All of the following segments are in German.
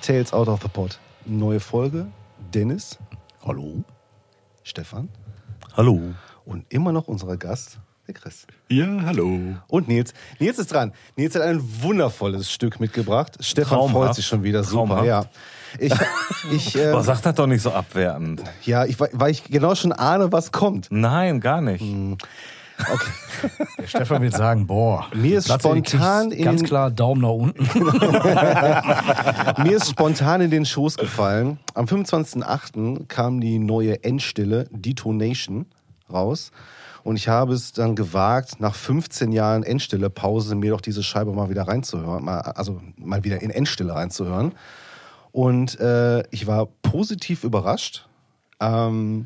Tales Out of the Pod. Neue Folge. Dennis. Hallo. Stefan. Hallo. Und immer noch unser Gast, der Chris. Ja, hallo. Und Nils. Nils ist dran. Nils hat ein wundervolles Stück mitgebracht. Stefan freut sich schon wieder super. Ja. Aber sag das doch nicht so abwertend. Ja, weil ich genau schon ahne, was kommt. Nein, gar nicht. Okay. Der Stefan wird sagen, mir ist spontan ganz klar Daumen nach unten. Mir ist spontan in den Schoß gefallen. Am 25.08. kam die neue Endstille Detonation raus. Und ich habe es dann gewagt, nach 15 Jahren Endstille-Pause mir doch diese Scheibe mal wieder reinzuhören. Mal wieder in Endstille reinzuhören. Und ich war positiv überrascht. Wie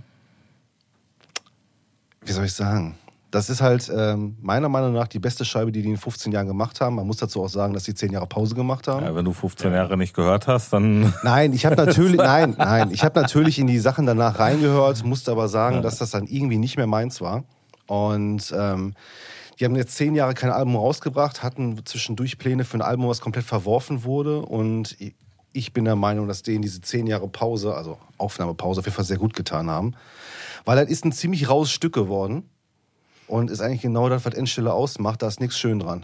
soll ich sagen? Das ist halt meiner Meinung nach die beste Scheibe, die in 15 Jahren gemacht haben. Man muss dazu auch sagen, dass sie 10 Jahre Pause gemacht haben. Ja, wenn du 15 Jahre nicht gehört hast, dann... Nein, ich habe natürlich in die Sachen danach reingehört, musste aber sagen, dass das dann irgendwie nicht mehr meins war. Und die haben jetzt 10 Jahre kein Album rausgebracht, hatten zwischendurch Pläne für ein Album, was komplett verworfen wurde. Und ich bin der Meinung, dass denen diese 10 Jahre Pause, also Aufnahmepause, auf jeden Fall sehr gut getan haben. Weil das ist ein ziemlich raues Stück geworden. Und ist eigentlich genau das, was Endstille ausmacht. Da ist nichts schön dran.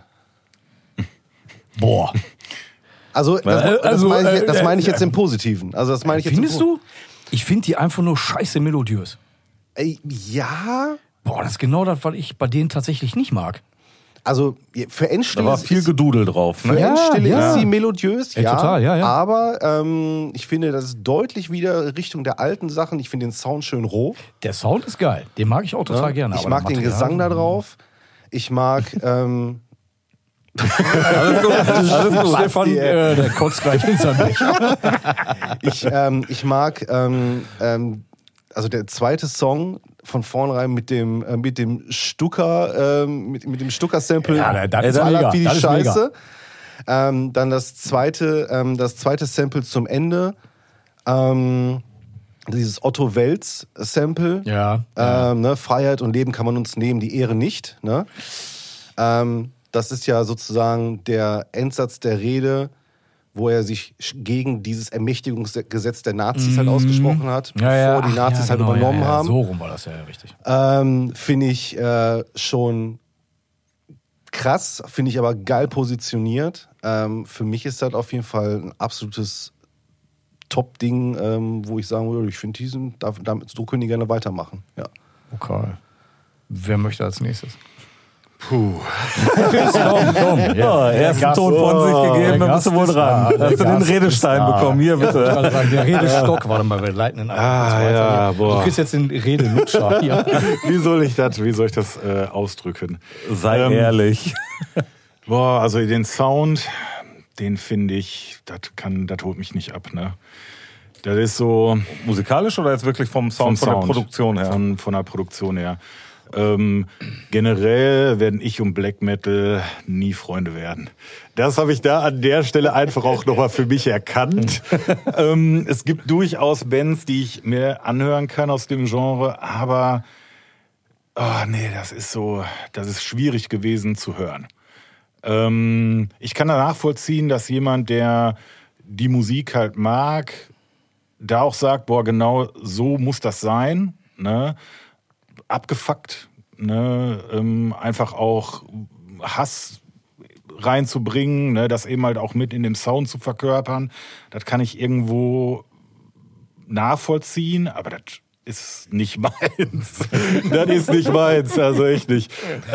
Also, das meine ich jetzt im Positiven. Also, das meine ich jetzt Findest du? Ich finde die einfach nur scheiße melodiös. Ja. Das ist genau das, was ich bei denen tatsächlich nicht mag. Also, für Endstille Da war viel Gedudel drauf. Ne? Für Endstille ja. ist sie melodiös, ja. Total, ja. Aber ich finde, das ist deutlich wieder Richtung der alten Sachen. Ich finde den Sound schön roh. Der Sound ist geil. Den mag ich auch total gerne. Ich mag den Gesang da drauf. Ich mag... Alles gut. Stefan, der kotzt gleich in sein Becher. ich mag... also der zweite Song von vornherein mit dem Stucker, mit dem Stucker-Sample, Ja, das ist ballert mega. wie die Das ist Scheiße. Dann das zweite Sample zum Ende, dieses Otto Welz-Sample, Ja. Ne, Freiheit und Leben kann man uns nehmen, die Ehre nicht. Ne? Das ist ja sozusagen der Endsatz der Rede, wo er sich gegen dieses Ermächtigungsgesetz der Nazis halt ausgesprochen hat, bevor die Nazis halt übernommen haben. So rum war das ja richtig. Finde ich schon krass, finde ich aber geil positioniert. Für mich ist das auf jeden Fall ein absolutes Top-Ding, wo ich sagen würde, ich finde so können die gerne weitermachen. Ja. Okay. Wer möchte als nächstes? Komm. Ja, ersten Ton von sich gegeben, dann bist du wohl dran. Hast du den Redestein bekommen? Hier, bitte. Der Redestock, warte mal, wir leiten den ab. Du kriegst jetzt den Redelutscher hier. Wie soll ich das ausdrücken? Sei ehrlich. Also den Sound, den finde ich, das holt mich nicht ab, ne? Das ist so... Musikalisch oder jetzt wirklich vom Sound, von der Produktion her? Von der Produktion her. Generell werden ich und Black Metal nie Freunde werden. Das habe ich da an der Stelle einfach auch nochmal für mich erkannt. Es gibt durchaus Bands, die ich mir anhören kann aus dem Genre, aber das ist schwierig gewesen zu hören. Ich kann da nachvollziehen, dass jemand, der die Musik halt mag, da auch sagt, genau so muss das sein, ne? Abgefuckt, ne? Einfach auch Hass reinzubringen, ne? Das eben halt auch mit in dem Sound zu verkörpern, das kann ich irgendwo nachvollziehen, aber das ist nicht meins. Das ist nicht meins, also echt nicht.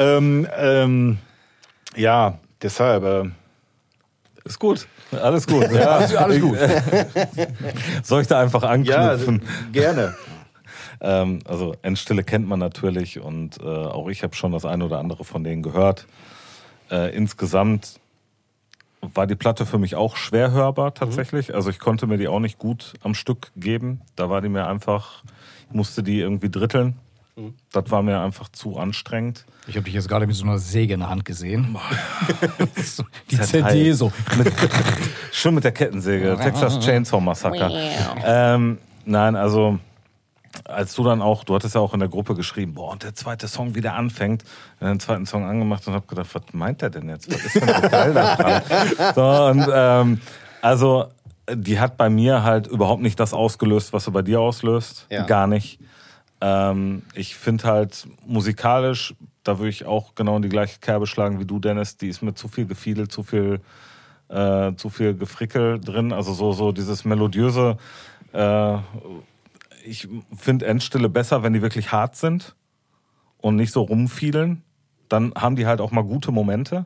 Ja, deshalb... Ist gut. Alles gut. Ja, Alles gut. Soll ich da einfach anknüpfen? Ja, gerne. Also Endstille kennt man natürlich und auch ich habe schon das eine oder andere von denen gehört. Insgesamt war die Platte für mich auch schwer hörbar tatsächlich. Also ich konnte mir die auch nicht gut am Stück geben. Da war die mir einfach, ich musste die irgendwie dritteln. Das war mir einfach zu anstrengend. Ich habe dich jetzt gerade mit so einer Säge in der Hand gesehen. Die Das CD Teil. so. Schön mit der Kettensäge. Texas Chainsaw Massacre. Nein, also als du hattest ja auch in der Gruppe geschrieben, und der zweite Song wieder anfängt, den zweiten Song angemacht und hab gedacht, was meint der denn jetzt? Was ist denn so geil daran? So, und also die hat bei mir halt überhaupt nicht das ausgelöst, was sie bei dir auslöst. Ja. Gar nicht. Ich finde halt musikalisch, da würde ich auch genau in die gleiche Kerbe schlagen wie du, Dennis. Die ist mit zu viel Gefiedel, zu viel Gefrickel drin. Also so dieses melodiöse. Ich finde Endstille besser, wenn die wirklich hart sind und nicht so rumfiedeln. Dann haben die halt auch mal gute Momente.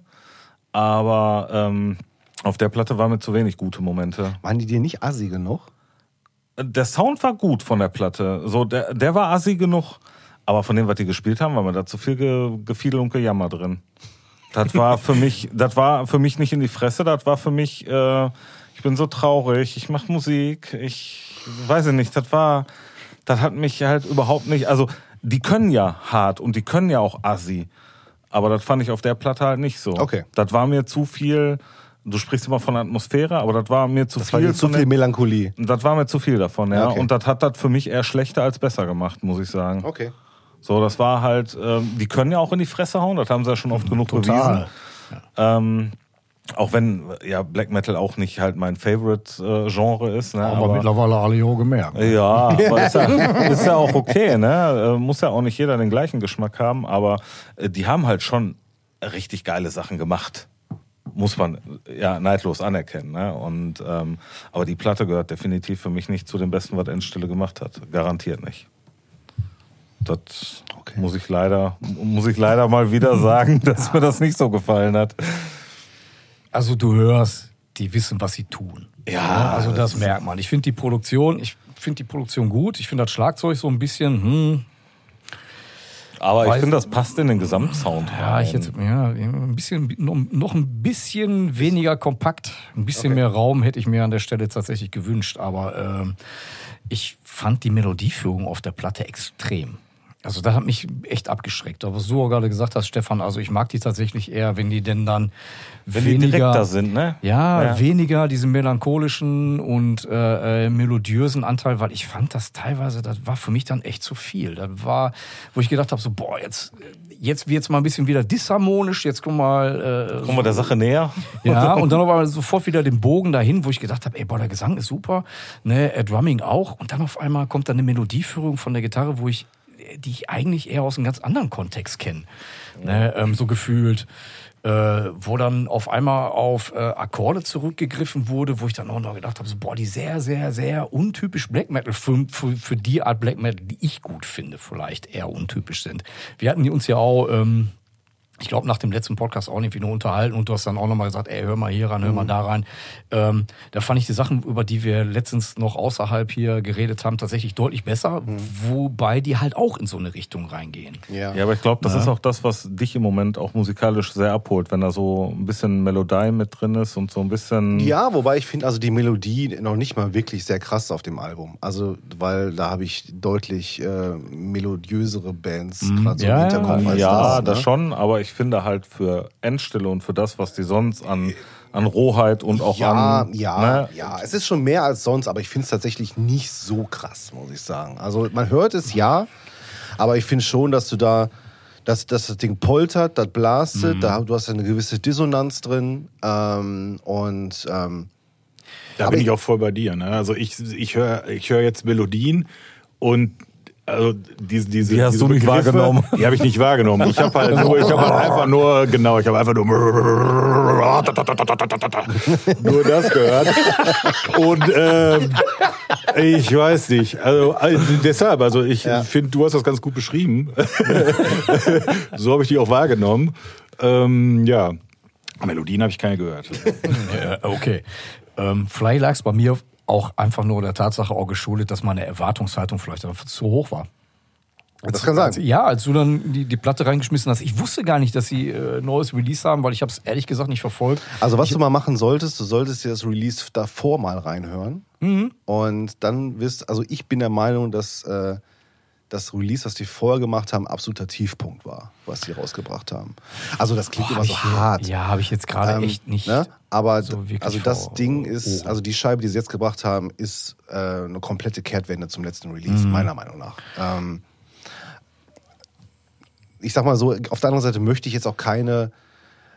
Aber auf der Platte waren mir zu wenig gute Momente. Waren die dir nicht assi genug? Der Sound war gut von der Platte. So, der war assi genug. Aber von dem, was die gespielt haben, war mir da zu viel Gefiedel und Gejammer drin. Das war für mich nicht in die Fresse. Das war für mich, ich bin so traurig, ich mache Musik, ich weiß nicht, das hat mich halt überhaupt nicht, also die können ja hart und die können ja auch assi. Aber das fand ich auf der Platte halt nicht so. Okay. Das war mir zu viel, du sprichst immer von Atmosphäre, aber das war mir zu viel. Das war dir zu viel Melancholie. Das war mir zu viel davon, ja. Okay. Und das hat das für mich eher schlechter als besser gemacht, muss ich sagen. Okay. So, das war halt, die können ja auch in die Fresse hauen, das haben sie ja schon oft genug bewiesen. Ja. Auch wenn ja Black Metal auch nicht halt mein Favorite-Genre ist. Ne? Aber mittlerweile alle ja gemerkt. Ja, aber ist ja auch okay, ne? Muss ja auch nicht jeder den gleichen Geschmack haben, aber die haben halt schon richtig geile Sachen gemacht. Muss man ja neidlos anerkennen. Ne? Und, aber die Platte gehört definitiv für mich nicht zu den besten, was Endstille gemacht hat. Garantiert nicht. Das muss ich leider mal wieder sagen, dass mir das nicht so gefallen hat. Also du hörst, die wissen, was sie tun. Ja. Also das merkt man. Ich finde die Produktion gut. Ich finde das Schlagzeug so ein bisschen, Aber ich finde, das passt in den Gesamtsound rein. Ein bisschen, noch ein bisschen weniger kompakt, ein bisschen mehr Raum hätte ich mir an der Stelle tatsächlich gewünscht. Aber ich fand die Melodieführung auf der Platte extrem. Also das hat mich echt abgeschreckt. Aber was du auch gerade gesagt hast, Stefan, also ich mag die tatsächlich eher, wenn die denn dann die direkter sind, ne? Ja, weniger diesen melancholischen und melodiösen Anteil, weil ich fand das teilweise, das war für mich dann echt zu viel. Das war, wo ich gedacht habe, so boah, jetzt wird's mal ein bisschen wieder disharmonisch, jetzt kommen wir der Sache näher. Ja, und dann aber sofort wieder den Bogen dahin, wo ich gedacht habe, ey, boah, der Gesang ist super, ne, Drumming auch, und dann auf einmal kommt dann eine Melodieführung von der Gitarre, die ich eigentlich eher aus einem ganz anderen Kontext kenne, ne, so gefühlt. Wo dann auf einmal auf Akkorde zurückgegriffen wurde, wo ich dann auch noch gedacht habe, so, boah, die sehr, sehr, sehr untypisch Black Metal für die Art Black Metal, die ich gut finde, vielleicht eher untypisch sind. Wir hatten uns ja auch, ich glaube, nach dem letzten Podcast auch irgendwie nur unterhalten und du hast dann auch nochmal gesagt, ey, hör mal hier ran, hör mal da rein. Da fand ich die Sachen, über die wir letztens noch außerhalb hier geredet haben, tatsächlich deutlich besser, wobei die halt auch in so eine Richtung reingehen. Ja, aber ich glaube, das ist auch das, was dich im Moment auch musikalisch sehr abholt, wenn da so ein bisschen Melodie mit drin ist und so ein bisschen... Ja, wobei ich finde also die Melodie noch nicht mal wirklich sehr krass auf dem Album. Also, weil da habe ich deutlich melodiösere Bands gerade so im Hinterkopf als das. Ja, das schon, aber ich finde halt für Endstille und für das, was die sonst an Rohheit und auch Ja, es ist schon mehr als sonst, aber ich finde es tatsächlich nicht so krass, muss ich sagen. Also man hört es aber ich finde schon, dass du da, dass das Ding poltert, das blastet, du hast eine gewisse Dissonanz drin Da bin ich auch voll bei dir. Ne? Also ich höre jetzt Melodien und also diese die hast du nicht wahrgenommen. Die habe ich nicht wahrgenommen. Ich habe einfach nur das gehört. Und ich weiß nicht. Also deshalb, ich finde, du hast das ganz gut beschrieben. So habe ich die auch wahrgenommen. Melodien habe ich keine gehört. Okay. Vielleicht lag es bei mir auch einfach nur der Tatsache auch geschuldet, dass meine Erwartungshaltung vielleicht einfach zu hoch war. Das kann sein. Als du dann die Platte reingeschmissen hast. Ich wusste gar nicht, dass sie neues Release haben, weil ich habe es ehrlich gesagt nicht verfolgt. Also was du mal machen solltest, du solltest dir das Release davor mal reinhören. Und dann also ich bin der Meinung, dass das Release, was die vorher gemacht haben, absoluter Tiefpunkt war, was die rausgebracht haben. Also das klingt immer so hart. Ja, habe ich jetzt gerade echt nicht. Ne? Aber so also das Ding ist, also die Scheibe, die sie jetzt gebracht haben, ist eine komplette Kehrtwende zum letzten Release, meiner Meinung nach. Ich sag mal so, auf der anderen Seite möchte ich jetzt auch keine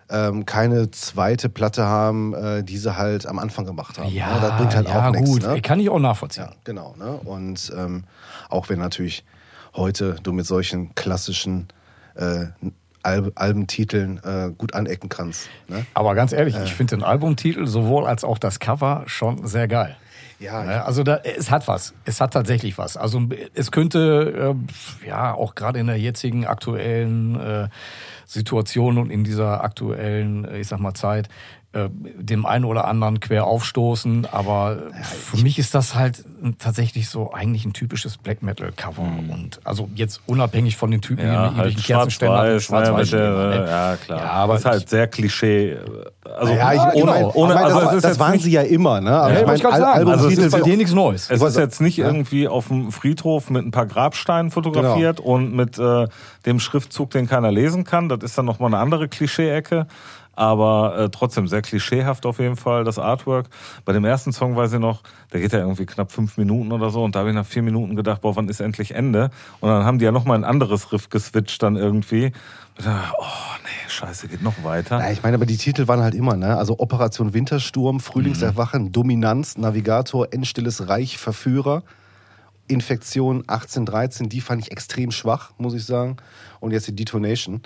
keine zweite Platte haben, die sie halt am Anfang gemacht haben. Ja, Ne? Das bringt halt auch nichts. gut. Ne? Kann ich auch nachvollziehen. Ja, genau. Ne? Und auch wenn natürlich heute du mit solchen klassischen Albentiteln gut anecken kannst. Ne? Aber ganz ehrlich, ich finde den Albumtitel sowohl als auch das Cover schon sehr geil. Ja, Ja, also es hat was. Es hat tatsächlich was. Also es könnte auch gerade in der jetzigen aktuellen Situation und in dieser aktuellen, ich sag mal, Zeit dem einen oder anderen quer aufstoßen. Aber für mich ist das halt tatsächlich so eigentlich ein typisches Black Metal Cover. Und also jetzt unabhängig von den Typen, die mit irgendwelchen Kerzenständern schwarz-weiß, stehen. ja klar. Ja, aber das ist halt sehr Klischee. Also das waren sie ja immer. Ne? Aber Ja, ich meine, also es ist bei dir nichts Neues. Es ist jetzt nicht irgendwie auf dem Friedhof mit ein paar Grabsteinen fotografiert und mit dem Schriftzug, den keiner lesen kann. Das ist dann nochmal eine andere Klischee-Ecke. Aber trotzdem sehr klischeehaft auf jeden Fall, das Artwork. Bei dem ersten Song weiß ich noch, der geht ja irgendwie knapp 5 Minuten oder so. Und da habe ich nach 4 Minuten gedacht, boah, wann ist endlich Ende? Und dann haben die ja nochmal ein anderes Riff geswitcht dann irgendwie. Und dann, scheiße, geht noch weiter. Ja, ich meine, aber die Titel waren halt immer, ne? Also Operation Wintersturm, Frühlingserwachen, Dominanz, Navigator, Endstilles Reich, Verführer, Infektion 1813, die fand ich extrem schwach, muss ich sagen. Und jetzt die Detonation.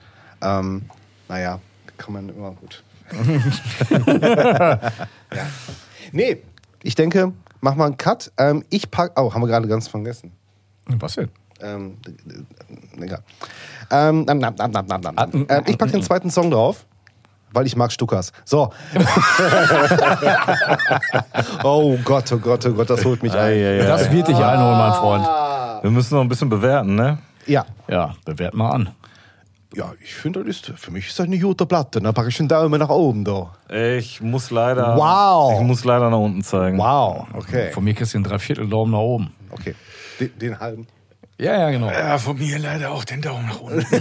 Kann man immer gut. Ja. Nee, ich denke, mach mal einen Cut. Haben wir gerade ganz vergessen. Was denn? Egal. Ich packe den zweiten Song drauf, weil ich mag Stuckers. So. Oh Gott, das holt mich ein. Das wird dich einholen, mein Freund. Wir müssen noch ein bisschen bewerten, ne? Ja. Ja, bewert mal an. Ja, ich finde, für mich ist das eine gute Platte. Da packe ich den Daumen nach oben da. Ich muss leider nach unten zeigen. Wow, okay. Von mir kriegst du den 3/4 Daumen nach oben. Okay, den halben. Ja, genau. Ja, von mir leider auch den Daumen nach unten.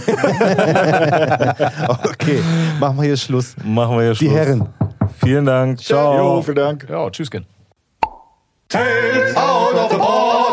Okay, machen wir hier Schluss. Die Herren. Vielen Dank. Ciao. Jo, vielen Dank. Ja, tschüss, Ken. Tales out of the ball.